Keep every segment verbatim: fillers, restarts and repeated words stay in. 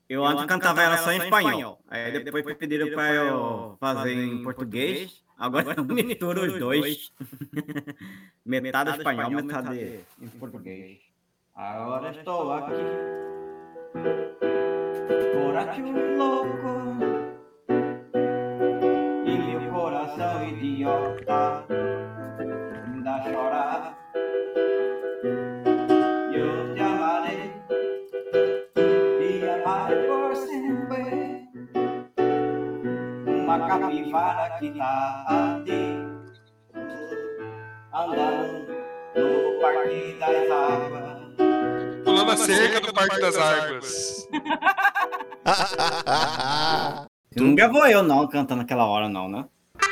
Eu antes cantava ela só em espanhol. Aí depois pediram pra eu fazer em português. Agora eu misturo os dois. Metade espanhol, metade em português. Agora estou aqui. Coração louco. E meu coração idiota me dá chorar. Eu te amarei e amarei por sempre. Uma capivara que tá ali andando no Parque das Águas. Pulando a cerca do Parque das Águas. Não gravou eu não cantando aquela hora não, né?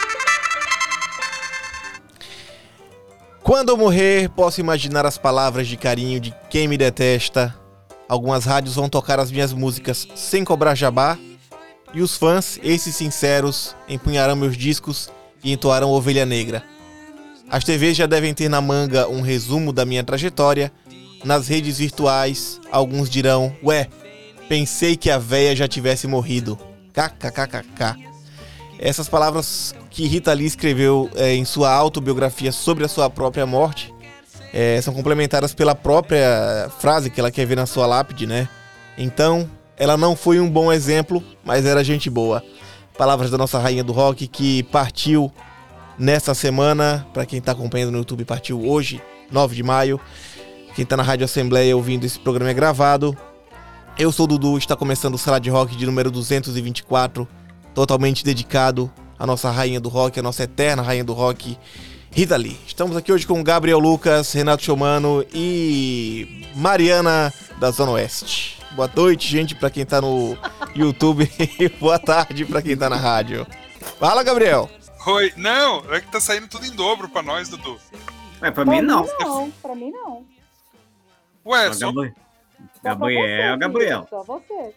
Quando eu morrer, posso imaginar as palavras de carinho de quem me detesta. Algumas rádios vão tocar as minhas músicas sem cobrar jabá. E os fãs, esses sinceros, empunharão meus discos e entoarão Ovelha Negra. As T Vs já devem ter na manga um resumo da minha trajetória. Nas redes virtuais, alguns dirão: ué, pensei que a véia já tivesse morrido. Kkkk. Essas palavras que Rita Lee escreveu é, em sua autobiografia sobre a sua própria morte é, são complementadas pela própria frase que ela quer ver na sua lápide, né? Então, ela não foi um bom exemplo, mas era gente boa. Palavras da nossa rainha do rock que partiu nessa semana. Para quem tá acompanhando no YouTube, partiu hoje, nove de maio. Quem tá na Rádio Assembleia ouvindo esse programa é gravado. Eu sou o Dudu, está começando o Sala de Rock de número duzentos e vinte e quatro, totalmente dedicado à nossa rainha do rock, a nossa eterna rainha do rock, Rita Lee. Estamos aqui hoje com Gabriel Lucas, Renato Chomano e Mariana da Zona Oeste. Boa noite, gente, pra quem tá no YouTube e boa tarde pra quem tá na rádio. Fala, Gabriel. Oi, não, é que tá saindo tudo em dobro pra nós, Dudu. É, pra mim não. Não, pra mim não. Ué, Só só... Gabriel, Só Gabriel, você, Gabriel. filho, Só você.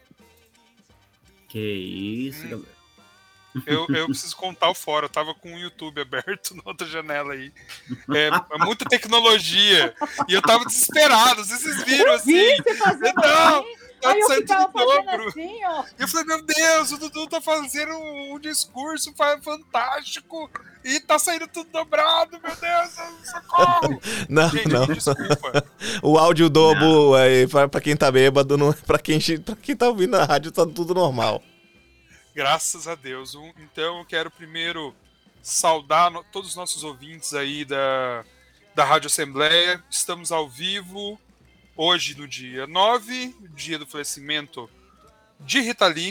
Que isso, Hum. Gabriel. Eu, eu preciso contar o fora, eu tava com o YouTube aberto na outra janela aí. É, é muita tecnologia. E eu tava desesperado, não sei se vocês viram Eu vi assim. você fazendo Não, assim, tá aí eu saindo ficava tudo em fazendo dobro. assim, ó. E eu falei, meu Deus, o Dudu tá fazendo um, um discurso fa- fantástico e tá saindo tudo dobrado, meu Deus, socorro! Não, Gente, não. me desculpa. O áudio dobro, aí, pra, pra quem tá bêbado, não, pra, quem, pra quem tá ouvindo a rádio, tá tudo normal. Graças a Deus. Um- Então eu quero primeiro saudar no- todos os nossos ouvintes aí da, da Rádio Assembleia. Estamos ao vivo hoje no dia nove, dia do falecimento de Rita Lee.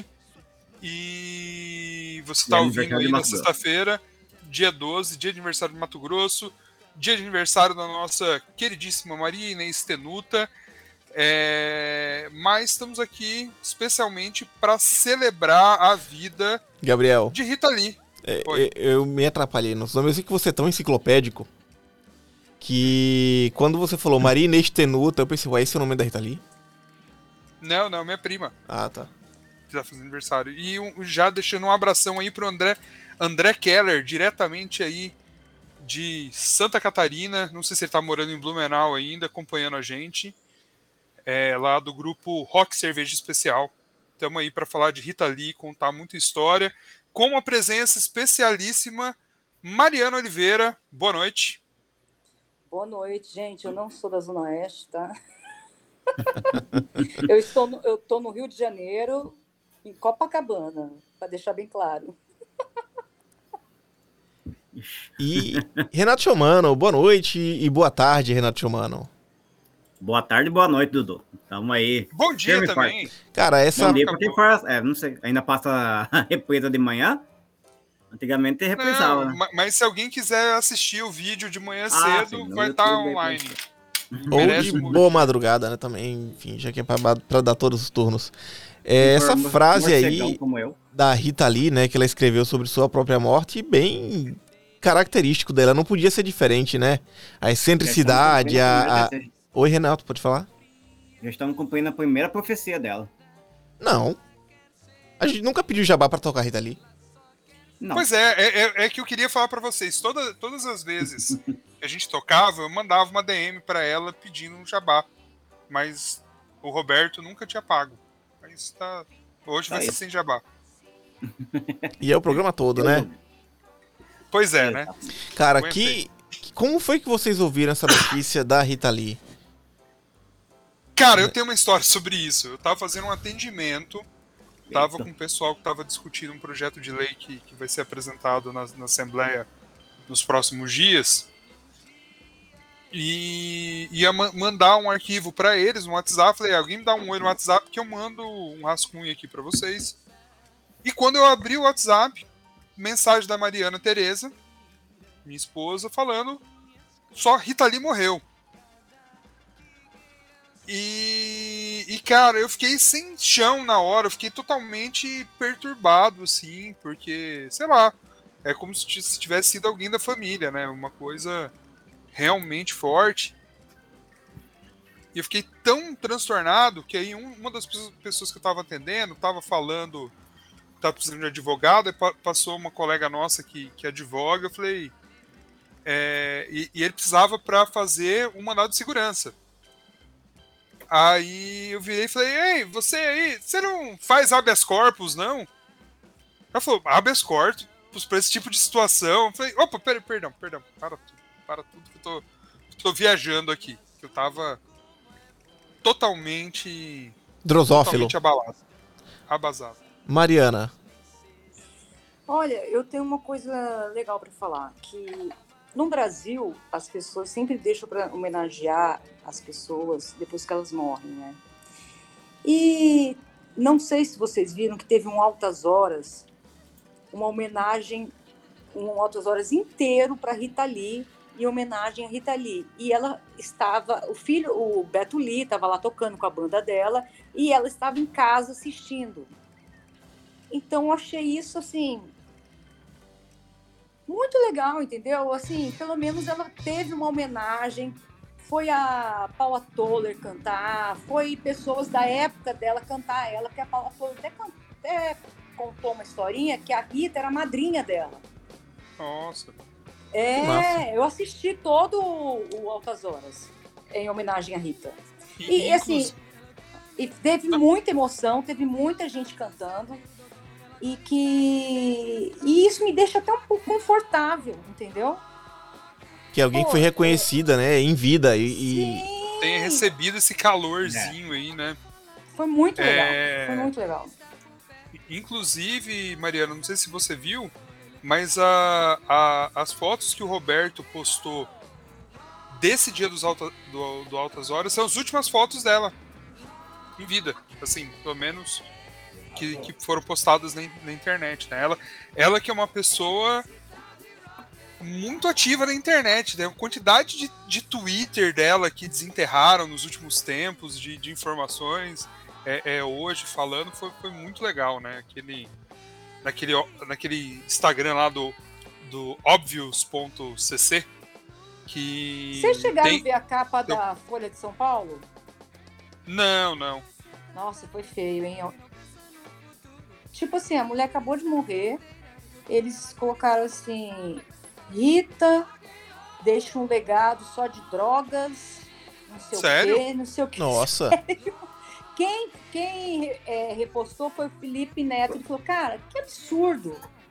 E você está E ouvindo aniversário aí de na Mato Grosso. sexta-feira, dia doze, dia de aniversário de Mato Grosso, dia de aniversário da nossa queridíssima Maria Inês Tenuta. É, mas estamos aqui especialmente para celebrar a vida Gabriel, de Rita Lee. é, Oi. eu, eu me atrapalhei nos nomes. Eu sei que você é tão enciclopédico que quando você falou Maria Inês Tenuta, eu pensei, ué, esse é o nome da Rita Lee? Não, não, minha prima Ah, tá. que tá fazendo aniversário. E um- já deixando um abração aí pro André, André Keller, diretamente aí de Santa Catarina. Não sei se ele tá morando em Blumenau ainda, acompanhando a gente. É, lá do grupo Rock Cerveja Especial. Estamos aí para falar de Rita Lee, contar muita história, com uma presença especialíssima, Mariana Oliveira. Boa noite. Boa noite, gente. Eu não sou da Zona Oeste, tá? eu, estou no, eu tô no Rio de Janeiro, em Copacabana, para deixar bem claro. E Renato Chomano, boa noite e boa tarde, Renato Chomano. Boa tarde, boa noite, Dudu. Tamo aí. Bom dia Firme e forte. também. Cara, essa... Bom dia, porque faz, é, não sei, ainda passa a represa de manhã. Antigamente reprisava, Não, né? ma- mas se alguém quiser assistir o vídeo de manhã Ah, cedo, sim, no vai YouTube estar aí, online. Ou Merece de um bom boa dia. madrugada, né, também, enfim, já que é pra, pra dar todos os turnos. É, Um essa mor- frase morcegão aí como eu. da Rita Lee, né, que ela escreveu sobre sua própria morte, bem característico dela, não podia ser diferente, né? A excentricidade, a... a... Oi, Renato, pode falar? Já estamos cumprindo a primeira profecia dela. Não. A gente nunca pediu jabá pra tocar Rita Lee. Não. Pois é, é, é- é que eu queria falar pra vocês. Toda, todas as vezes que a gente tocava, eu mandava uma D M pra ela pedindo um jabá. Mas o Roberto nunca tinha pago. Mas tá. Hoje Tá vai ser isso. sem jabá. E é o programa todo, né? Pois é, né? Cara, Aguentei. que, como foi que vocês ouviram essa notícia da Rita Lee? Cara, eu tenho uma história sobre isso. Eu tava fazendo um atendimento, tava Eita. com o pessoal que tava discutindo um projeto de lei que, que vai ser apresentado na, na Assembleia nos próximos dias. E ia ma- mandar um arquivo pra eles no WhatsApp. Falei, alguém me dá um oi no WhatsApp que eu mando um rascunho aqui pra vocês. E quando eu abri o WhatsApp, mensagem da Mariana Tereza, minha esposa, falando só Rita Lee morreu. E, e, cara, eu fiquei sem chão na hora, eu fiquei totalmente perturbado, assim, porque, sei lá, é como se t- se tivesse sido alguém da família, né? Uma coisa realmente forte. E eu fiquei tão transtornado que aí um- uma das pe- pessoas que eu tava atendendo tava falando, tava precisando de advogado, e pa- passou uma colega nossa que, que advoga, eu falei, é, e, e ele precisava para fazer um mandado de segurança. Aí eu virei e falei, ei, você aí, você não faz habeas corpus, não? Ela falou, habeas corpus pra esse tipo de situação. Eu falei, opa, pera, perdão, perdão, para tudo, para tudo que eu tô, tô viajando aqui. Que eu tava totalmente, Drosófilo. totalmente abalado, abasado. Mariana. Olha, eu tenho uma coisa legal para falar, que no Brasil as pessoas sempre deixam para homenagear as pessoas depois que elas morrem, né? E não sei se vocês viram que teve um Altas Horas, uma homenagem, um Altas Horas inteiro para Rita Lee, em homenagem a Rita Lee. E ela estava, o filho, o Beto Lee, estava lá tocando com a banda dela, e ela estava em casa assistindo. Então eu achei isso assim muito legal, entendeu? Assim, pelo menos ela teve uma homenagem. Foi a Paula Toller cantar, foi pessoas da época dela cantar ela, que a Paula Toller até, can- até contou uma historinha que a Rita era a madrinha dela. Nossa. É, massa. eu assisti todo o o Altas Horas em homenagem à Rita. E, E assim, inclusive- e teve muita emoção, teve muita gente cantando. E que e isso me deixa até um pouco confortável, entendeu? Que alguém Pô, foi reconhecida, né? Em vida. E, e- Sim, tenha recebido esse calorzinho aí, né? foi muito legal, É. foi muito legal. Inclusive, Mariana, não sei se você viu, mas a, a- as fotos que o Roberto postou desse dia dos alta, do, do Altas Horas são as últimas fotos dela em vida, assim, pelo menos que, que foram postadas na, in- na internet, né? Ela, ela que é uma pessoa muito ativa na internet, né? A quantidade de, de Twitter dela que desenterraram nos últimos tempos de, de informações é, é, hoje falando foi, foi muito legal, né? Aquele, naquele, naquele Instagram lá do, do obvious ponto c c que Vocês chegaram tem... a ver a capa da Folha de São Paulo? Não, não. Nossa, foi feio, hein? Tipo assim, a mulher acabou de morrer, eles colocaram assim, Rita deixa um legado só de drogas, não sei Sério? o quê, não sei o que. Nossa. Quem, quem é, repostou foi o Felipe Neto. Ele falou, cara, que absurdo.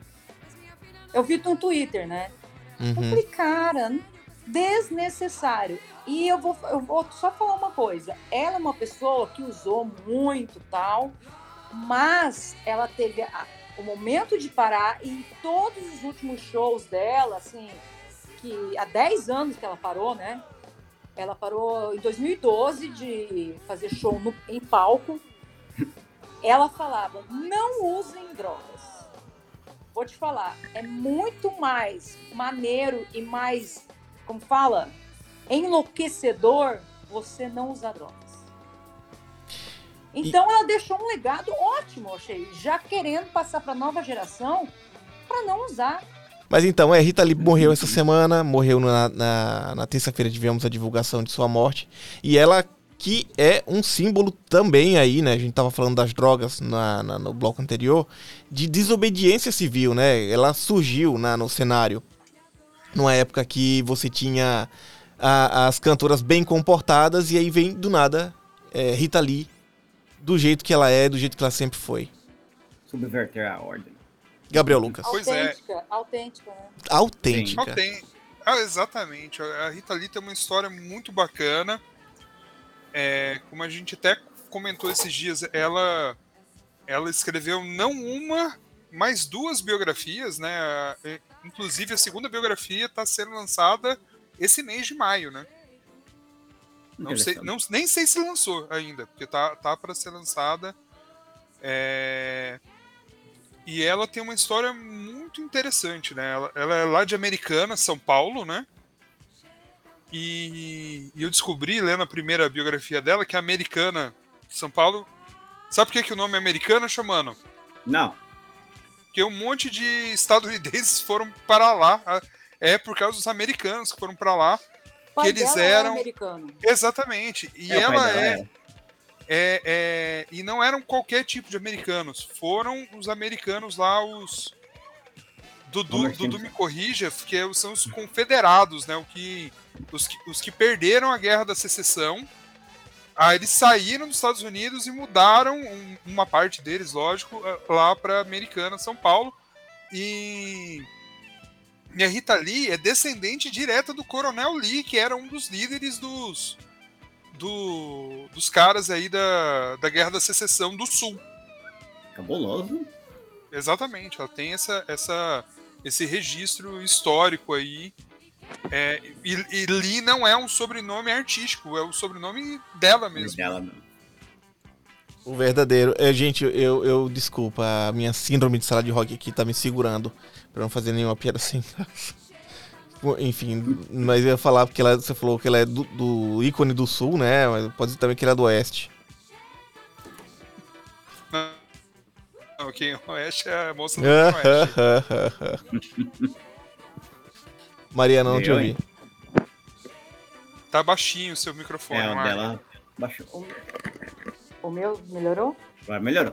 Eu vi no Twitter, né? Eu Uhum. falei, cara, desnecessário. E eu vou, eu vou só falar uma coisa. Ela é uma pessoa que usou muito tal, mas ela teve a- o momento de parar e todos os últimos shows dela, assim, que há dez anos que ela parou, né? Ela parou em dois mil e doze de fazer show no- em palco. Ela falava, não usem drogas. Vou te falar, é muito mais maneiro e mais, como fala, enlouquecedor você não usar drogas. Então ela deixou um legado ótimo, eu achei, já querendo passar para a nova geração para não usar. Mas então, é, Rita Lee morreu essa semana, morreu na, na, na terça-feira, tivemos a divulgação de sua morte. E ela que é um símbolo também aí, né? A gente tava falando das drogas na, na- no bloco anterior, de desobediência civil, né? Ela surgiu na, no cenário numa época que você tinha a- as cantoras bem comportadas e aí vem do nada é, Rita Lee do jeito que ela é, do jeito que ela sempre foi. Subverter a ordem. Gabriel Lucas. Pois é. Autêntica, autêntica, né? Autêntica. Não tem. Ah, exatamente. A Rita Lee tem uma história muito bacana. É, como a gente até comentou esses dias, ela, ela escreveu não uma, mas duas biografias, né? Inclusive a segunda biografia está sendo lançada esse mês de maio, né? Não sei, não, nem sei se lançou ainda, porque tá, tá para ser lançada. É... E ela tem uma história muito interessante, né? Ela, ela é lá de Americana, São Paulo, né? E, e eu descobri, lendo a primeira biografia dela, que a Americana, São Paulo... Sabe por que, que o nome é Americana, Xamano? Não. Porque um monte de estadunidenses foram para lá. É por causa dos americanos que foram para lá. O pai que eles dela era eram... americano. Exatamente. E É, o pai ela dela é... era. É, é, e não eram qualquer tipo de americanos. Foram os americanos lá, os. Dudu, Homer Dudu Simpson. me corrija, que são os confederados, né? O que, os, que, os que perderam a guerra da secessão. Aí eles saíram dos Estados Unidos e mudaram, um- uma parte deles, lógico, lá para Americana, São Paulo. E. E a Rita Lee é descendente direta do Coronel Lee, que era um dos líderes dos. Do, dos caras aí da, da Guerra da Secessão do Sul. Cabuloso. Exatamente, ela tem essa, essa, esse registro histórico aí. É, e, e Lee não é um sobrenome artístico, é o sobrenome dela mesmo. Dela mesmo. O verdadeiro. É, gente, eu, eu desculpa, a minha síndrome de sala de rock aqui tá me segurando pra não fazer nenhuma piada sem graça. Enfim, mas eu ia falar porque ela, você falou que ela é do, do ícone do sul, né? Mas pode dizer também que ela é do oeste. Não, quem é o Oeste é a moça do Oeste. Mariana, não te Eu, ouvi. hein? Tá baixinho o seu microfone, É, o Marco. dela baixou. O meu melhorou? Agora melhorou.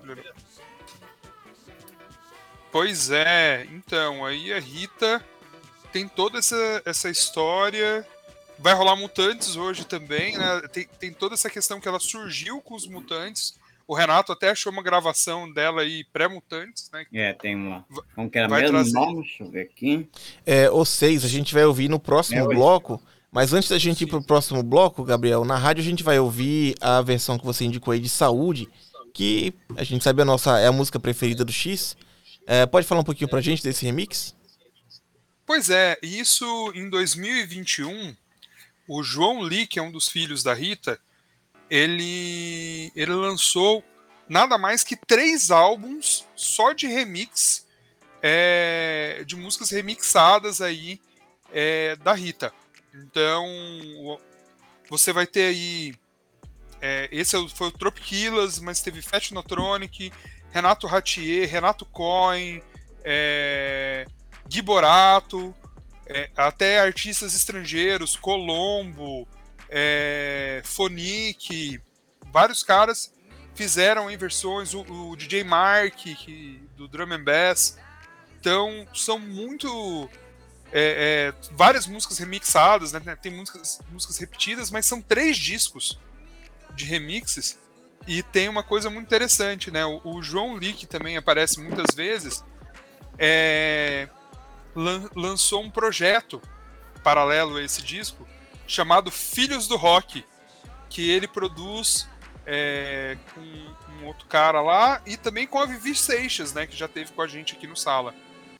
Pois é, então, aí a Rita tem toda essa, essa história. Vai rolar Mutantes hoje também, né? Tem, tem toda essa questão que ela surgiu com os Mutantes. O Renato até achou uma gravação dela aí, pré-Mutantes, né? É, tem uma. Como que era Vai mesmo o trazer. nome? Deixa eu ver aqui. É, os seis a gente vai ouvir no próximo É, hoje. bloco. Mas antes da gente ir pro próximo bloco, Gabriel, na rádio a gente vai ouvir a versão que você indicou aí de Saúde, que a gente sabe a nossa é a música preferida do X. É, pode falar um pouquinho pra gente desse remix? Pois é, isso em dois mil e vinte e um, o João Lee, que é um dos filhos da Rita, ele, ele lançou nada mais que três álbuns só de remix, é, de músicas remixadas aí é, da Rita. Então, você vai ter aí, é, esse foi o Tropiquilas, mas teve Fat Notronic, Renato Ratier, Renato Cohen, é, Gui Borato, é, até artistas estrangeiros, Colombo, é, Fonique, vários caras fizeram em versões, o, o D J Mark, que, do Drum and Bass. Então, são muito... É, é, várias músicas remixadas, né? Tem músicas, músicas repetidas, mas são três discos de remixes. E tem uma coisa muito interessante, né? O, o João Lee, que também aparece muitas vezes, é, lan, lançou um projeto paralelo a esse disco chamado Filhos do Rock, que ele produz é, com um outro cara lá e também com a Vivi Seixas, né? Que já teve com a gente aqui no Sala.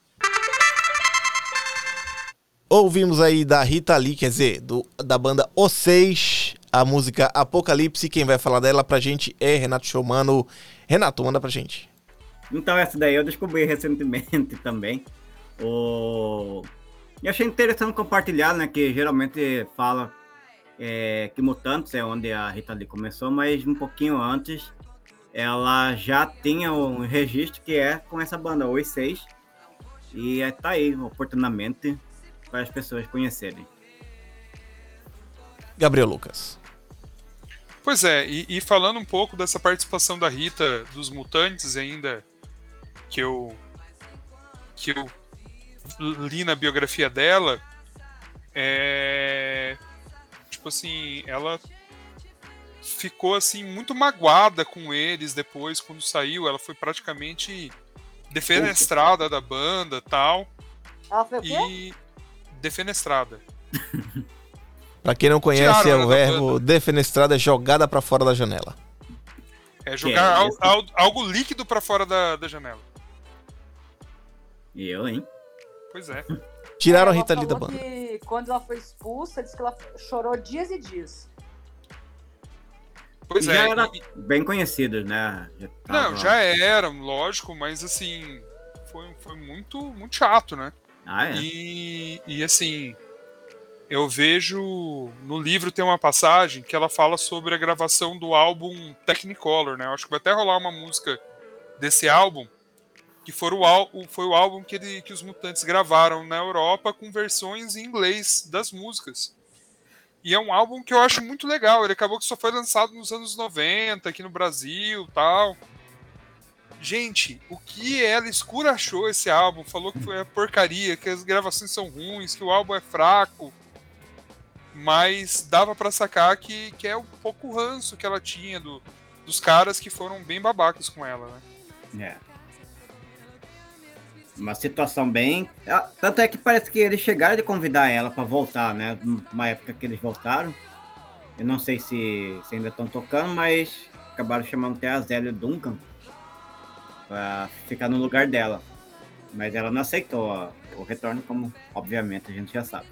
Ouvimos aí da Rita Lee, quer dizer, do, da banda Os Seis, a música Apocalipse. Quem vai falar dela pra gente é Renato Sciomano. Renato, manda pra gente. Então, essa daí eu descobri recentemente também. O... E achei interessante compartilhar, né? Que geralmente fala é, que Mutantes é onde a Rita Lee começou, mas um pouquinho antes ela já tinha um registro que é com essa banda, Os Seis. E é, tá aí, oportunamente, para as pessoas conhecerem. Gabriel Lucas. Pois é, e, e falando um pouco dessa participação da Rita dos Mutantes ainda, que eu, que eu li na biografia dela, é, tipo assim, ela ficou assim muito magoada com eles depois, quando saiu. Ela foi praticamente defenestrada da banda e tal. Ela foi o quê? E defenestrada. Pra quem não conhece, Tiraram é ela o da verbo banda. defenestrada, é jogada pra fora da janela. É jogar é al- isso? al- algo líquido pra fora da, da janela. E eu, hein? Pois é. Tiraram a Ela Rita Lee da falou banda. que quando ela foi expulsa, disse que ela chorou dias e dias. Pois já é. era e- bem conhecido, né? Já Não, tava- já eram, lógico, mas assim, foi, foi muito, muito chato, né? Ah, é? E, e assim, eu vejo no livro tem uma passagem que ela fala sobre a gravação do álbum Technicolor, né? Eu acho que vai até rolar uma música desse álbum, que foi o, ál- foi o álbum que, ele, que os Mutantes gravaram na Europa com versões em inglês das músicas. E é um álbum que eu acho muito legal. Ele acabou que só foi lançado nos anos noventa, aqui no Brasil e tal. Gente, o que ela escurachou esse álbum, falou que foi a porcaria, que as gravações são ruins, que o álbum é fraco. Mas dava pra sacar que, que é um pouco o ranço que ela tinha do, dos caras que foram bem babacas com ela, né? É. Uma situação bem. Ah, tanto é que parece que eles chegaram de convidar ela para voltar, né? Numa época que eles voltaram. Eu não sei se, se ainda estão tocando, mas acabaram chamando até a Zélia Duncan para ficar no lugar dela. Mas ela não aceitou ó, o retorno, como obviamente a gente já sabe.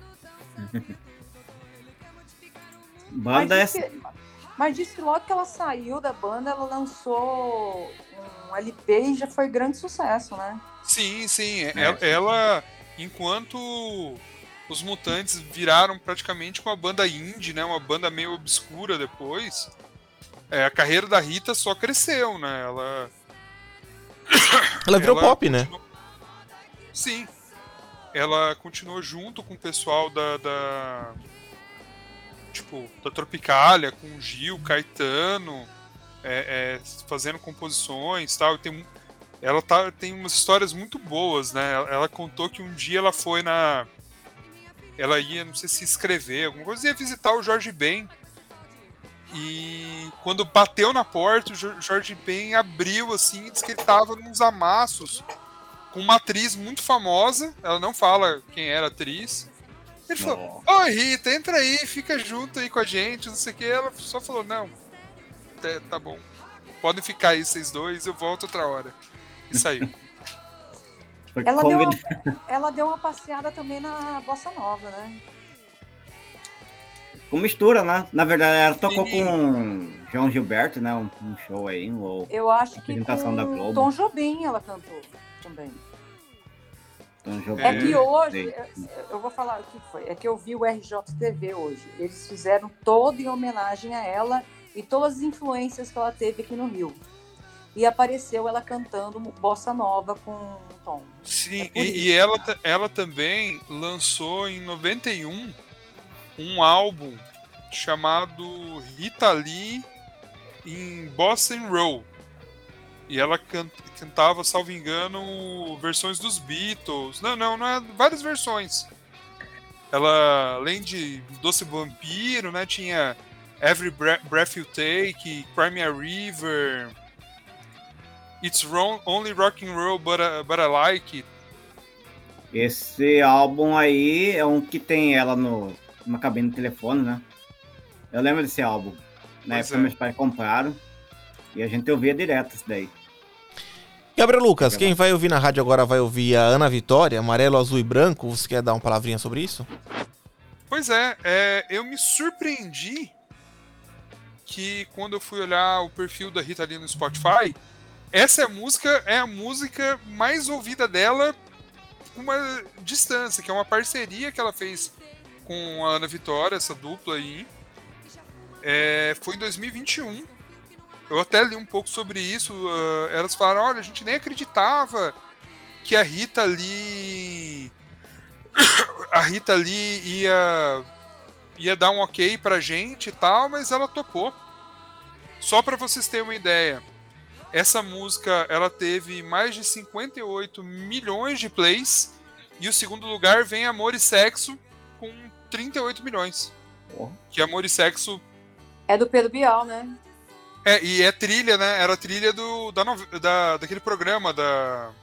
Banda Mas é. disse, que, mas disse que logo que ela saiu da banda, ela lançou um L P e já foi grande sucesso, né? Sim, sim. É. Ela, ela, enquanto os Mutantes viraram praticamente uma banda indie, né? Uma banda meio obscura depois, é, a carreira da Rita só cresceu, né? Ela... Ela virou ela pop, né? continuou- Sim. Ela continuou junto com o pessoal da... da... Tipo, da Tropicália, com o Gil, Caetano, é, é, fazendo composições e tal. E tem um- ela tá, tem umas histórias muito boas, né? Ela, ela contou que um dia ela foi na... Ela ia, não sei se escrever, alguma coisa, ia visitar o Jorge Ben. E quando bateu na porta, o Jo- Jorge Ben abriu assim e disse que ele tava nos amassos com uma atriz muito famosa. Ela não fala quem era a atriz. Ele falou, Ó, oi Rita, entra aí, fica junto aí com a gente, não sei o que. Ela só falou, não, tá, tá bom. Podem ficar aí vocês dois, eu volto outra hora. E saiu. foi Ela deu, convid- uma, ela deu uma passeada também na Bossa Nova, né? com mistura, né? Na verdade, ela tocou Sim. com João Gilberto, né? Um, um show aí, ou Eu acho que Apresentação da com Globo. Tom Jobim ela cantou também. um jogo. É que hoje, sei. eu, eu vou falar o que foi, é que eu vi o R J T V hoje. Eles fizeram todo em homenagem a ela e todas as influências que ela teve aqui no Rio. E apareceu ela cantando Bossa Nova com o Tom. Sim, É por e, isso. e ela, ta- ela também lançou em noventa e um um álbum chamado Rita Lee em Boston Row. E ela can- cantava, salvo engano, versões dos Beatles. Não, não, não é. Várias versões. Ela, além de Doce Vampiro, né? Tinha Every Bre- Breath You Take, Cry Me a River, It's wrong, Only Rock and Roll, but I, but I Like It. Esse álbum aí é um que tem ela no, numa cabine de telefone, né? Eu lembro desse álbum. Na Pois época é. meus pais compraram e a gente ouvia direto isso daí. Gabriel Lucas, quem vai ouvir na rádio agora vai ouvir a Ana Vitória, Amarelo, Azul e Branco. Você quer dar uma palavrinha sobre isso? Pois é, é, eu me surpreendi que quando eu fui olhar o perfil da Rita Lee no Spotify, essa música é a música mais ouvida dela com uma distância, que é uma parceria que ela fez com a Ana Vitória, essa dupla aí. É, foi em dois mil e vinte e um. Eu até li um pouco sobre isso. Uh, elas falaram, olha, a gente nem acreditava que a Rita Lee... a Rita Lee ia, ia dar um ok pra gente e tal, mas ela topou. Só pra vocês terem uma ideia, essa música ela teve mais de cinquenta e oito milhões de plays e o segundo lugar vem Amor e Sexo com trinta e oito milhões. Porra. Que Amor e Sexo É do Pedro Bial, né? É, e é trilha, né? Era a trilha do, da, nove- da, daquele programa da.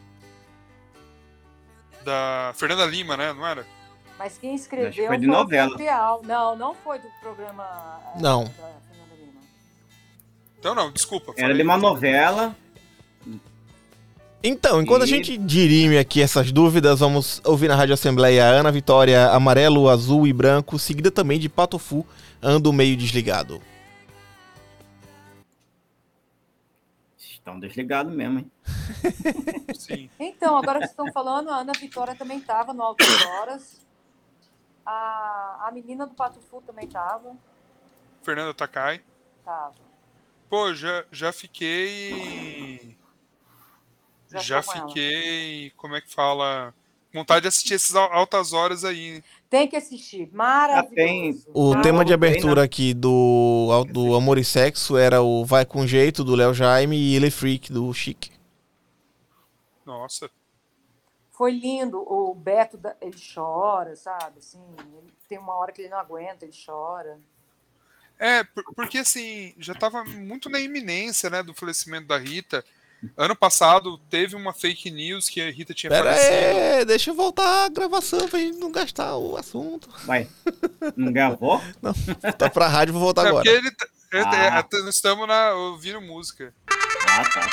Da Fernanda Lima, né? Não era? Mas quem Acho que escreveu foi de foi o novela. Pedro Bial. Não, não foi do programa é, Não. da Fernanda Lima. Então não, desculpa. Era de uma novela. Então, enquanto a E- gente dirime aqui essas dúvidas, vamos ouvir na Rádio Assembleia Ana Vitória, amarelo, azul e branco, seguida também de Patofu, ando meio desligado. Estão desligados mesmo, hein? Sim. Então, agora que vocês estão falando, a Ana Vitória também estava no Altas Horas. A, a menina do Pato Fu também estava. Fernanda Takai. Tava. Pô, já, já fiquei. Já Já foi com ela. fiquei. Como é que fala? Vontade de assistir esses al- altas horas aí. Tem que assistir. Já Maravilhoso. tem. O Ah, tema de eu botei abertura na- aqui do, do Amor e Sexo era o Vai Com Jeito, do Léo Jaime, e Ele Freak, do Chique. Nossa. Foi lindo. O Beto, da- ele chora, sabe? Assim, ele tem uma hora que ele não aguenta, ele chora. É, por- porque assim, já tava muito na iminência, né, do falecimento da Rita. Ano passado teve uma fake news que a Rita tinha Pera falecido. aí, deixa eu voltar a gravação pra gente não gastar o assunto. Vai. Não gravou? Tá pra rádio, vou voltar É, agora. porque ele, tá- ele- Ah. é, nós estamos na, ouvindo música. Ah, tá.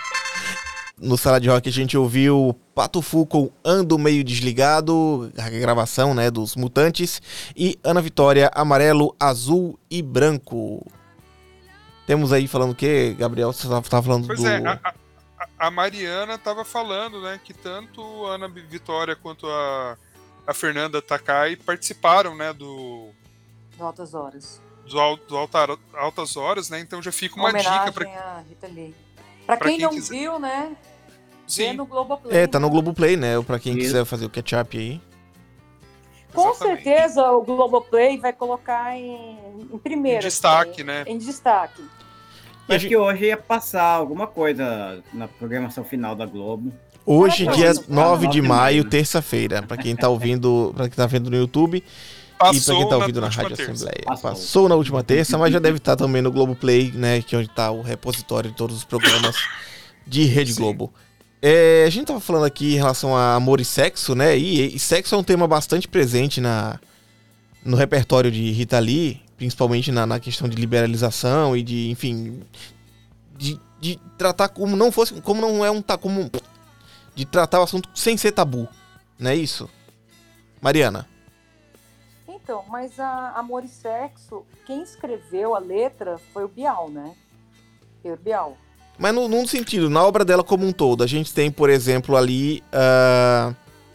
No Sala de Rock a gente ouviu Pato Fu com Ando Meio Desligado, a gravação, né, dos Mutantes, e Ana Vitória, amarelo, azul e branco. Temos aí falando o quê, Gabriel? Você tava falando Pois do... é, a, a- a Mariana tava falando, né, que tanto a Ana Vitória quanto a, a Fernanda Takai participaram, né, do, No Altas Horas. do, al- do Altar- Altas Horas, né, então já fica uma Homenagem dica pra à Rita Lee. Pra, pra quem, quem não quiser. viu, né? Vê Sim, no Globoplay. É, tá no né? Globoplay, né? Pra quem Isso. quiser fazer o catch-up aí. Com exatamente. certeza o Globoplay vai colocar em, em primeiro. Em destaque, assim, né? Em destaque. E a Acho gente- que hoje ia passar alguma coisa na programação final da Globo. Hoje, Maravilhoso. dia Ah, nove de nove de maio, maio, né? terça-feira. Pra quem tá ouvindo, pra quem tá vendo no YouTube e pra passou quem tá ouvindo na, última Rádio terça. Assembleia. Passou. Passou na última terça, mas já deve estar também no Globoplay, né? Que é onde tá o repositório de todos os programas de Rede Sim. Globo. É, a gente tava falando aqui em relação a amor e sexo, né? E, e sexo é um tema bastante presente na, no repertório de Rita Lee, principalmente na, na questão de liberalização e de, enfim, de, de tratar como não fosse, como não é um ta- como de tratar o assunto sem ser tabu, não é isso? Mariana. Então, mas a Amor e Sexo, quem escreveu a letra foi o Bial, né? Pedro Bial. Mas no, num sentido, na obra dela como um todo, a gente tem, por exemplo, ali ah,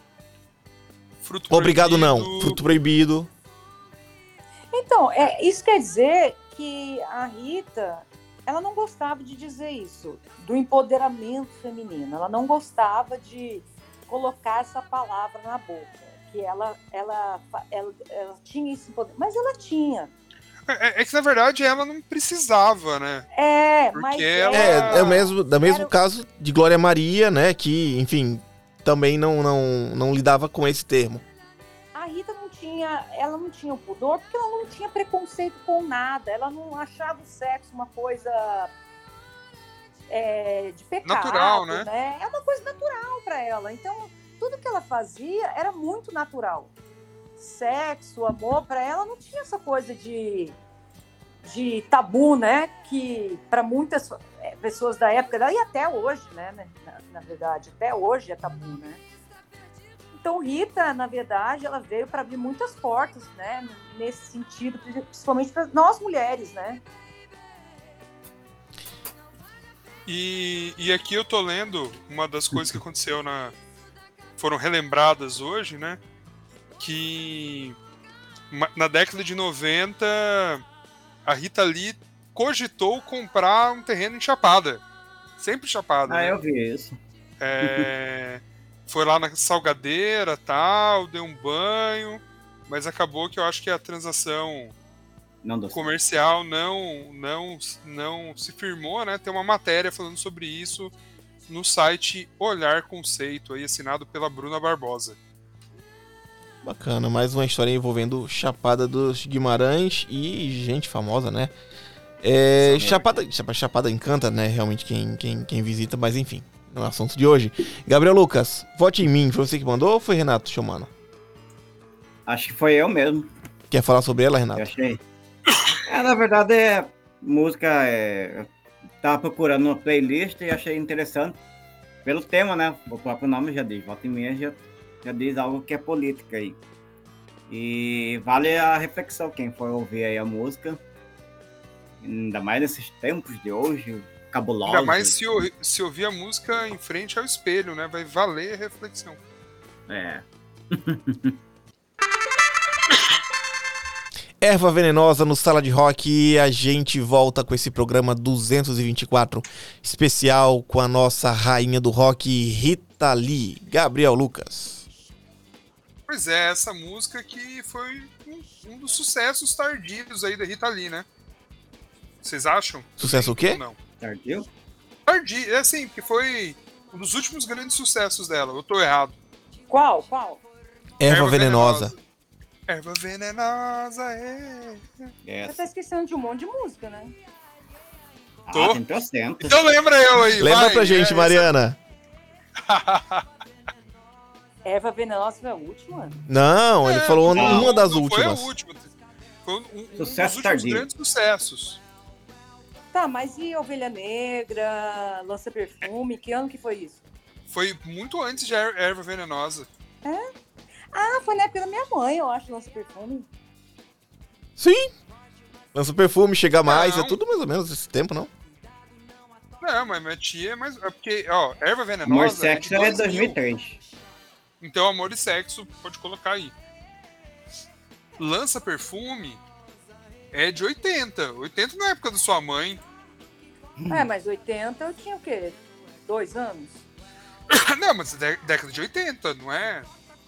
Fruto Obrigado Proibido, Não, Fruto Proibido. Então, é, isso quer dizer que a Rita, ela não gostava de dizer isso, do empoderamento feminino. Ela não gostava de colocar essa palavra na boca. Que ela, ela, ela, ela tinha esse poder. Mas ela tinha. É, é que na verdade ela não precisava, né? É, Porque mas ela- É, é o mesmo, é o mesmo Era- caso de Glória Maria, né? Que, enfim, também não, não, não lidava com esse termo. a Rita não tinha, ela não tinha o pudor porque ela não tinha preconceito com nada. Ela não achava o sexo uma coisa é, de pecado, Natural, né? É uma coisa natural para ela. Então, tudo que ela fazia era muito natural. Sexo, amor, para ela não tinha essa coisa de, de tabu, né? Que para muitas é, pessoas da época dela, e até hoje, né? Na, na verdade, até hoje é tabu, né? Então, Rita, na verdade, ela veio para abrir muitas portas, né? Nesse sentido, principalmente para nós mulheres, né? E, e aqui eu tô lendo uma das coisas que aconteceu na. Foram relembradas hoje, né? Que ma- na década de noventa a Rita Lee cogitou comprar um terreno em Chapada. Sempre Chapada. Ah, né? eu vi isso. É, foi lá na Salgadeira, tal, deu um banho, mas acabou que eu acho que a transação Não deu certo. comercial não, não, não se firmou, né? Tem uma matéria falando sobre isso no site Olhar Conceito, aí assinado pela Bruna Barbosa. Bacana, mais uma história envolvendo Chapada dos Guimarães e gente famosa, né? É, Chapada, Chapada encanta, né? Realmente quem, quem, quem visita, mas enfim, não é o assunto de hoje. Gabriel Lucas, vote em mim. Foi você que mandou ou foi Renato Chomano? Acho que foi eu mesmo. Quer falar sobre ela, Renato? Eu achei. É, na verdade, é música. É, eu tava procurando uma playlist e achei interessante. Pelo tema, né? O próprio nome já diz. Volta e meia já, já diz algo que é política aí. E vale a reflexão quem for ouvir aí a música. Ainda mais nesses tempos de hoje, cabulosos. Ainda mais se, eu, se ouvir a música em frente ao espelho, né? Vai valer a reflexão. É. Erva Venenosa no Sala de Rock e a gente volta com esse programa duzentos e vinte e quatro especial com a nossa rainha do rock, Rita Lee. Gabriel Lucas. Pois é, essa música que foi um, um dos sucessos tardios aí da Rita Lee, né? Vocês acham? Sucesso o quê? Ou não? Tardio? Tardio, é assim, porque foi um dos últimos grandes sucessos dela. Eu tô errado. Qual? Qual? Erva, Erva Venenosa. Venenosa. Erva venenosa, é. Você tá esquecendo de um monte de música, né? Ah, Tô. tem trocentas. Então lembra eu aí, Lembra vai. pra gente, é, Mariana. Essa... Erva Venenosa foi a última? Não, ele É, falou não, uma das não últimas. Foi a última. Foi um, um, um dos Sucesso últimos tardio. grandes sucessos. Tá, mas e Ovelha Negra, Lança Perfume? Que ano que foi isso? Foi muito antes de Er- Erva Venenosa. Ah, foi na época da minha mãe, eu acho, Lança Perfume. Sim. Lança Perfume, Chega Mais, Não. é tudo mais ou menos esse tempo, não? Não, mas minha tia é mais... É porque, ó, Erva Venenosa Amor e é Sexo de é dois dois mil e mil. três. Então, Amor e Sexo, pode colocar aí. Lança Perfume é de oitenta. oitenta na época da sua mãe. É, mas oitenta eu tinha o quê? Dois anos? Não, mas é dé- década de oitenta, não é?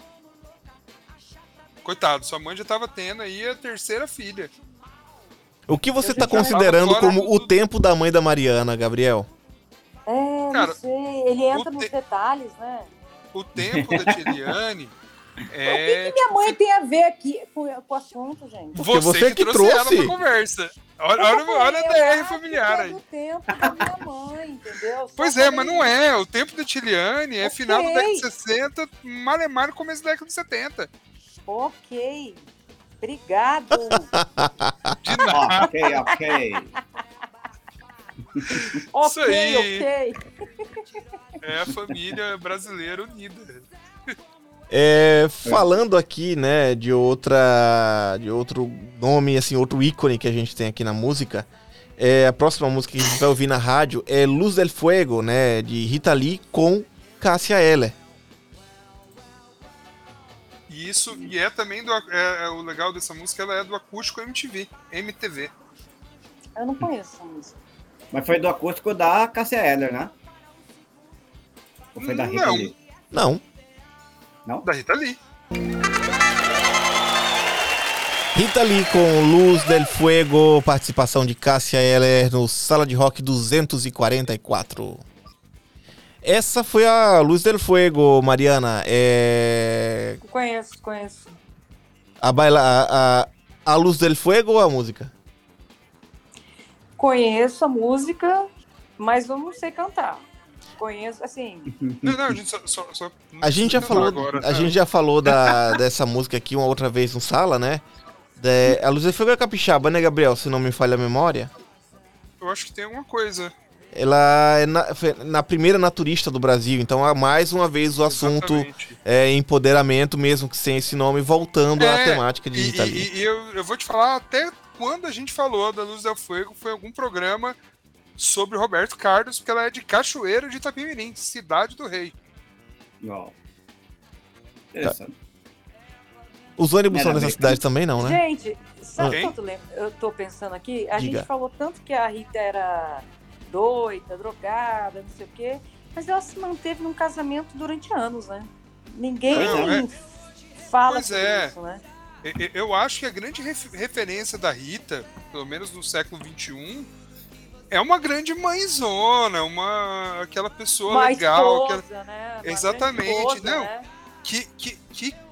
Coitado, sua mãe já tava tendo aí a terceira filha. O que você Eu tá já tava considerando fora como do- o tempo da mãe da Mariana, Gabriel? É, Cara, não sei. Ele entra o nos te- detalhes, né? O tempo da Tiliane é... O que, que minha mãe tem a ver aqui com, com o assunto, gente? Porque você que ela trouxe. pra conversa. Olha, Eu olha, falei, olha a eu D R acho familiar que é aí. do tempo da minha mãe, entendeu? Só Pois é, falei mas não é. O tempo da Tiliane é Ok. final da década de sessenta, malemar no começo da década de setenta. Ok. Obrigado. De nada. Ok, ok. Isso ok, aí. ok. É a família brasileira unida. É, falando aqui, né, de outra, de outro nome, assim, outro ícone que a gente tem aqui na música, é, a próxima música que a gente vai ouvir na rádio é Luz del Fuego, né, de Rita Lee com Cássia Eller. E isso, e é também do, é, é o legal dessa música, ela é do acústico M T V, M T V. Eu não conheço essa música. Mas foi do acústico da Cássia Eller, né? Ou foi da Rita Não. Lee? Não. Não? Da Rita Lee. Rita Lee com Luz del Fuego, participação de Cássia Eller no Sala de Rock duzentos e quarenta e quatro. Essa foi a Luz del Fuego, Mariana. É... Conheço, conheço. A, baila... a, a, a Luz del Fuego ou a música? Conheço a música, mas eu não sei cantar. Conheço, assim, Não, não, a gente só... só, só não A gente já precisa falou, agora. a gente já falou da, dessa música aqui uma outra vez no Sala, né? De, a Luz del Fuego é capixaba, né, Gabriel? Se não me falha a memória. Eu acho que tem alguma coisa. Ela é na, foi na primeira naturista do Brasil, então é mais uma vez o assunto Exatamente. é empoderamento, mesmo que sem esse nome, voltando à É, temática de E, Rita Lee. e- e eu, eu vou te falar, até quando a gente falou da Luz del Fuego, foi algum programa sobre Roberto Carlos, porque ela é de Cachoeira de Itapemirim, cidade do rei. Não. Interessante. Os ônibus Era são dessa americano. cidade também, não, né? gente, sabe Quem? quanto lembro? Eu tô pensando aqui, a Diga. gente falou tanto que a Rita era doida, drogada, não sei o quê, mas ela se manteve num casamento durante anos, né? Ninguém Pois fala Pois sobre é. isso, né? E- e- Eu acho que a grande ref- referência da Rita, pelo menos no século vinte e um, é uma grande mãezona, uma, aquela pessoa Uma legal, aquela- esposa, né? Uma Exatamente, grande esposa, não. né? que, que, que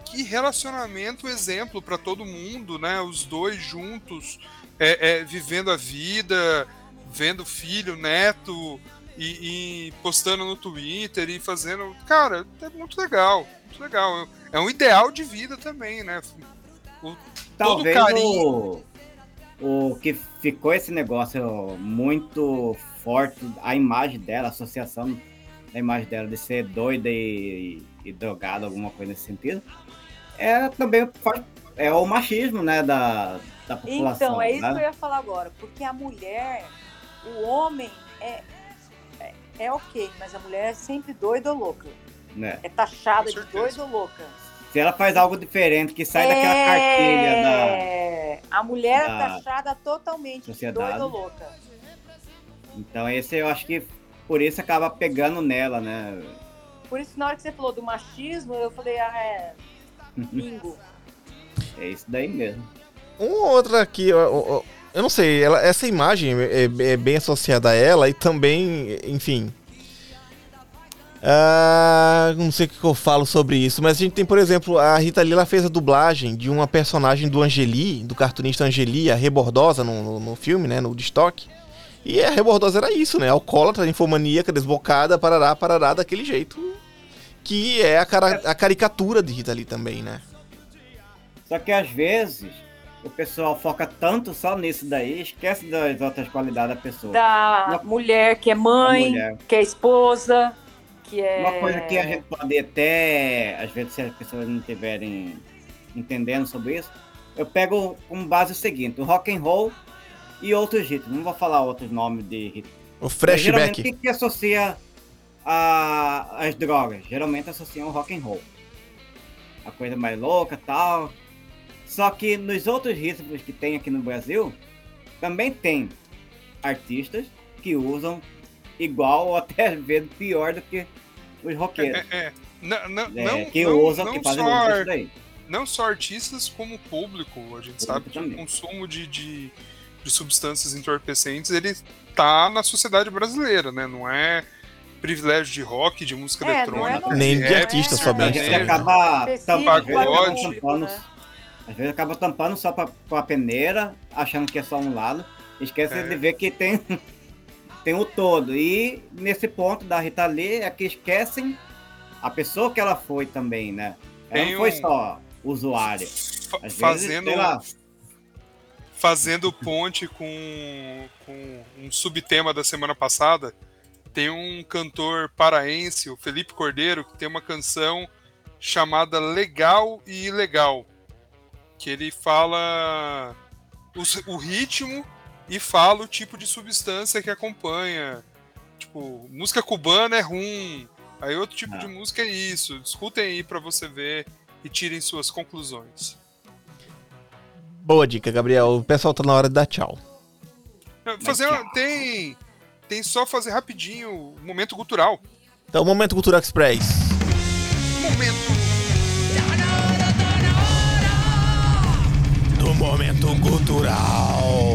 que relacionamento exemplo para todo mundo, né? Os dois juntos, é, é, vivendo a vida, vendo filho, neto, e, e postando no Twitter e fazendo... Cara, é muito legal, muito legal. É um ideal de vida também, né? O, Talvez todo carinho... o, o que ficou esse negócio muito forte, a imagem dela, a associação da imagem dela de ser doida e, e drogada, alguma coisa nesse sentido, é também é o machismo, né, da, da população. Então, é isso né? que eu ia falar agora, porque a mulher, o homem é, é, é ok, mas a mulher é sempre doida ou louca. Né? É taxada de doida ou louca. Se ela faz algo diferente, que sai é... daquela cartilha da... A mulher da é taxada totalmente sociedade. De doida ou louca. Então esse eu acho que por isso acaba pegando nela, né? Por isso, na hora que você falou do machismo, eu falei, ah, é... bingo. É isso daí mesmo. Uma outra aqui, eu, eu, eu não sei, ela, essa imagem é, é bem associada a ela e também, enfim... Uh, não sei o que eu falo sobre isso, mas a gente tem, por exemplo, a Rita Lee, ela fez a dublagem de uma personagem do Angeli, do cartunista Angeli, a Rebordosa no, no, no filme, né, no Destoque. E a Rebordosa era isso, né, alcoólatra, infomaníaca, desbocada, parará, parará, daquele jeito. Que é a, cara, a caricatura de Rita Lee também, né. Só que às vezes o pessoal foca tanto só nisso daí, esquece das outras qualidades da pessoa. Da uma... mulher que é mãe, que é esposa... Que é... Uma coisa que a gente pode até, às vezes, se as pessoas não estiverem entendendo sobre isso, eu pego como base o seguinte, o rock and roll e outros ritmos. Não vou falar outros nomes de ritmos. O flashback. O que, que associa a, as drogas? Geralmente associam o rock and roll. A coisa mais louca e tal. Só que nos outros ritmos que tem aqui no Brasil, também tem artistas que usam igual ou até às vezes pior do que os roqueiros. É, é. Não, não, é, não, que não, usam, não que fazem só, isso daí. Não só artistas, como público. A gente público sabe que também. O consumo de, de, de substâncias entorpecentes, ele tá na sociedade brasileira, né? Não é privilégio de rock, de música é, eletrônica. É nem de, de artista é, somente. A gente acaba pagode. tampando, né? Às vezes acaba tampando só pra, pra peneira, achando que é só um lado. Esquece é. de ver que tem... tem o todo, e nesse ponto da Rita Lee é que esquecem a pessoa que ela foi também, né? Ela tem não foi um... só usuária. Às fazendo, vezes, sei lá... fazendo ponte com, com um subtema da semana passada, tem um cantor paraense, o Felipe Cordeiro, que tem uma canção chamada Legal e Ilegal, que ele fala o, o ritmo e fala o tipo de substância que acompanha. Tipo, música cubana é rum, aí outro tipo ah. de música é isso. Escutem aí pra você ver e tirem suas conclusões. Boa dica, Gabriel. O pessoal tá na hora de dar tchau. Fazer uma, tem, tem só fazer rapidinho o momento cultural. Então, Momento Cultural Express. Momento. Do Momento Cultural.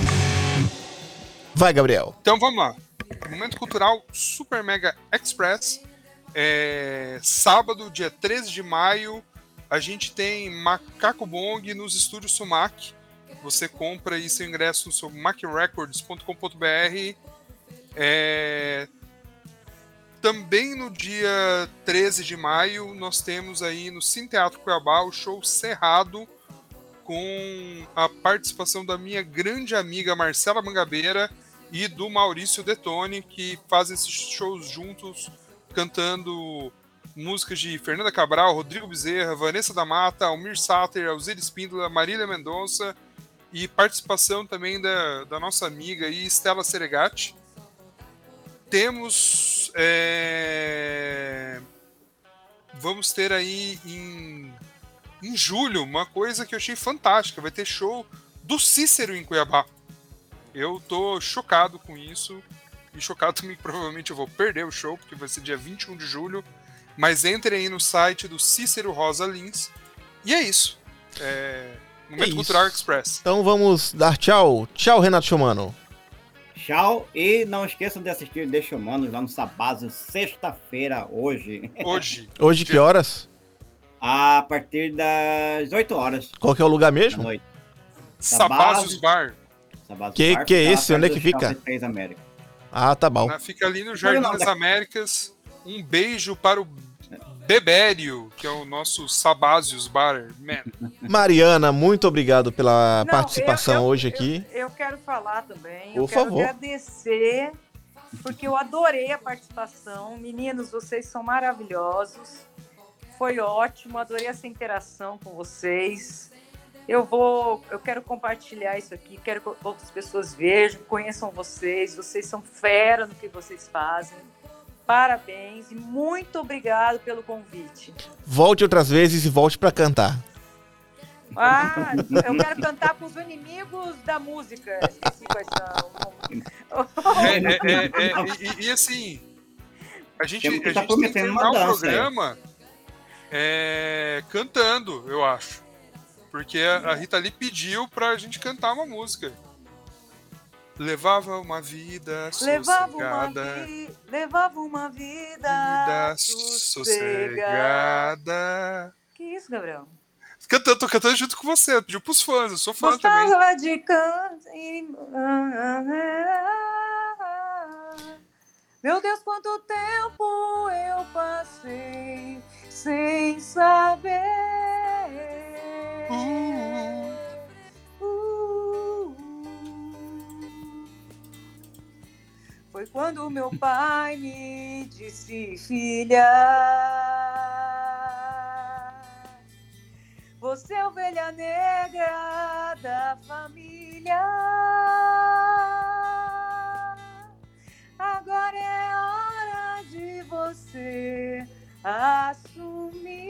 Vai, Gabriel. Então vamos lá. Momento Cultural Super Mega Express. É, sábado, dia treze de maio, a gente tem Macaco Bong nos estúdios Sumac. Você compra aí seu ingresso no seu mac records ponto com ponto b r. É, também no dia treze de maio, nós temos aí no Cine Teatro Cuiabá o show Cerrado, com a participação da minha grande amiga Marcela Mangabeira e do Maurício Detone, que fazem esses shows juntos, cantando músicas de Fernanda Cabral, Rodrigo Bezerra, Vanessa da Mata, Almir Sater, Alzira Espíndola, Marília Mendonça, e participação também da, da nossa amiga aí, Estela Seregatti. Temos... É... Vamos ter aí em... Em julho, uma coisa que eu achei fantástica, vai ter show do Cícero em Cuiabá. Eu tô chocado com isso, e chocado também que provavelmente eu vou perder o show, porque vai ser dia vinte e um de julho, mas entrem aí no site do Cícero Rosa Lins, e é isso. É... Momento é Cultural isso. Express. Então vamos dar tchau. Tchau, Renato Schumann. Tchau, e não esqueçam de assistir The Schumann lá no Sabazio, sexta-feira, hoje. Hoje. Hoje que horas? A partir das oito horas Qual que é o lugar da mesmo? noite. Sabásios Bar. Sabado Que- Bar, que é fica esse? perto Onde é do que fica? Shopping Três América. Ah, tá bom. Na- Fica ali no Não, Jardim não, das da- Américas. Um beijo para o Bebério, que é o nosso Sabásios Bar. Man. Mariana, muito obrigado pela Não, participação eu- eu- hoje eu- aqui. Eu, quero falar também. Por eu quero favor. agradecer, porque eu adorei a participação. Meninos, vocês são maravilhosos. Foi ótimo, adorei essa interação com vocês. Eu vou, eu quero compartilhar isso aqui, quero que outras pessoas vejam, conheçam vocês. Vocês são fera no que vocês fazem. Parabéns e muito obrigado pelo convite. Volte outras vezes e volte pra cantar. Ah, eu quero cantar com os inimigos da música. Esqueci quais são. É, é, é, é, e, e assim, a gente, Temos que a tá gente tem que prometendo uma terminar o dança aí. programa é, cantando, eu acho. Porque a, a Rita Lee pediu pra gente cantar uma música. Levava uma vida Levava uma, sossegada. vi... Levava uma vida, Vida sossegada. sossegada. Que isso, Gabriel? Cantando, tô cantando junto com você, pediu pros fãs, eu sou fã também. Gostava de cantar. Meu Deus, quanto tempo eu passei sem saber. Uh. Foi quando meu pai me disse, filha, você é a ovelha negra da família. Agora é hora de você assumir.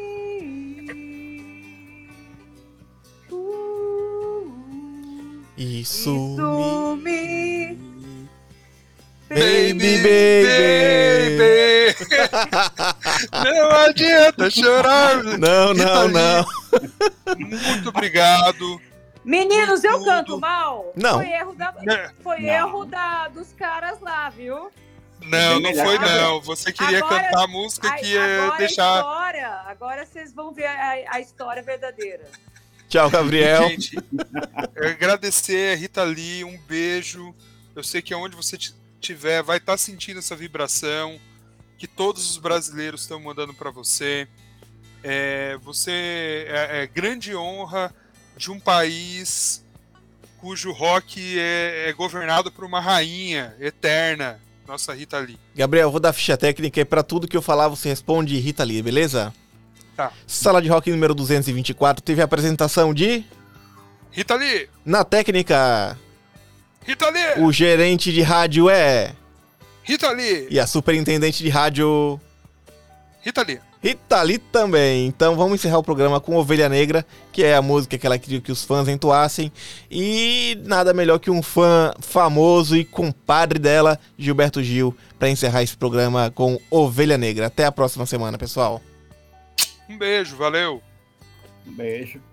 Uh, Isso, Isso me... me... Baby, baby. Não adianta chorar. Não, Rita não, Lee, não. Muito obrigado. Meninos, eu Tudo. canto mal? Não. Foi erro, da, Né? foi Não. erro da, dos caras lá, viu? Não, não foi Agora- não. Você queria agora- cantar a música que Ai, ia agora deixar. A história, agora vocês vão ver a, a história verdadeira. Tchau, Gabriel. Gente, eu agradecer a Rita Lee, um beijo. Eu sei que aonde você estiver vai estar sentindo essa vibração que todos os brasileiros estão mandando para você. É, você é, é grande honra de um país cujo rock é, é governado por uma rainha eterna, nossa Rita Lee. Gabriel, eu vou dar ficha técnica e pra tudo que eu falar você responde Rita Lee, beleza? Tá. Sala de Rock número duzentos e vinte e quatro teve a apresentação de... Rita Lee! Na técnica, Rita Lee! o gerente de rádio é... Rita Lee! E a superintendente de rádio... Rita Lee! Rita Lee também. Então vamos encerrar o programa com Ovelha Negra, que é a música que ela queria que os fãs entoassem. E nada melhor que um fã famoso e compadre dela, Gilberto Gil, para encerrar esse programa com Ovelha Negra. Até a próxima semana, pessoal. Um beijo, valeu! Um beijo.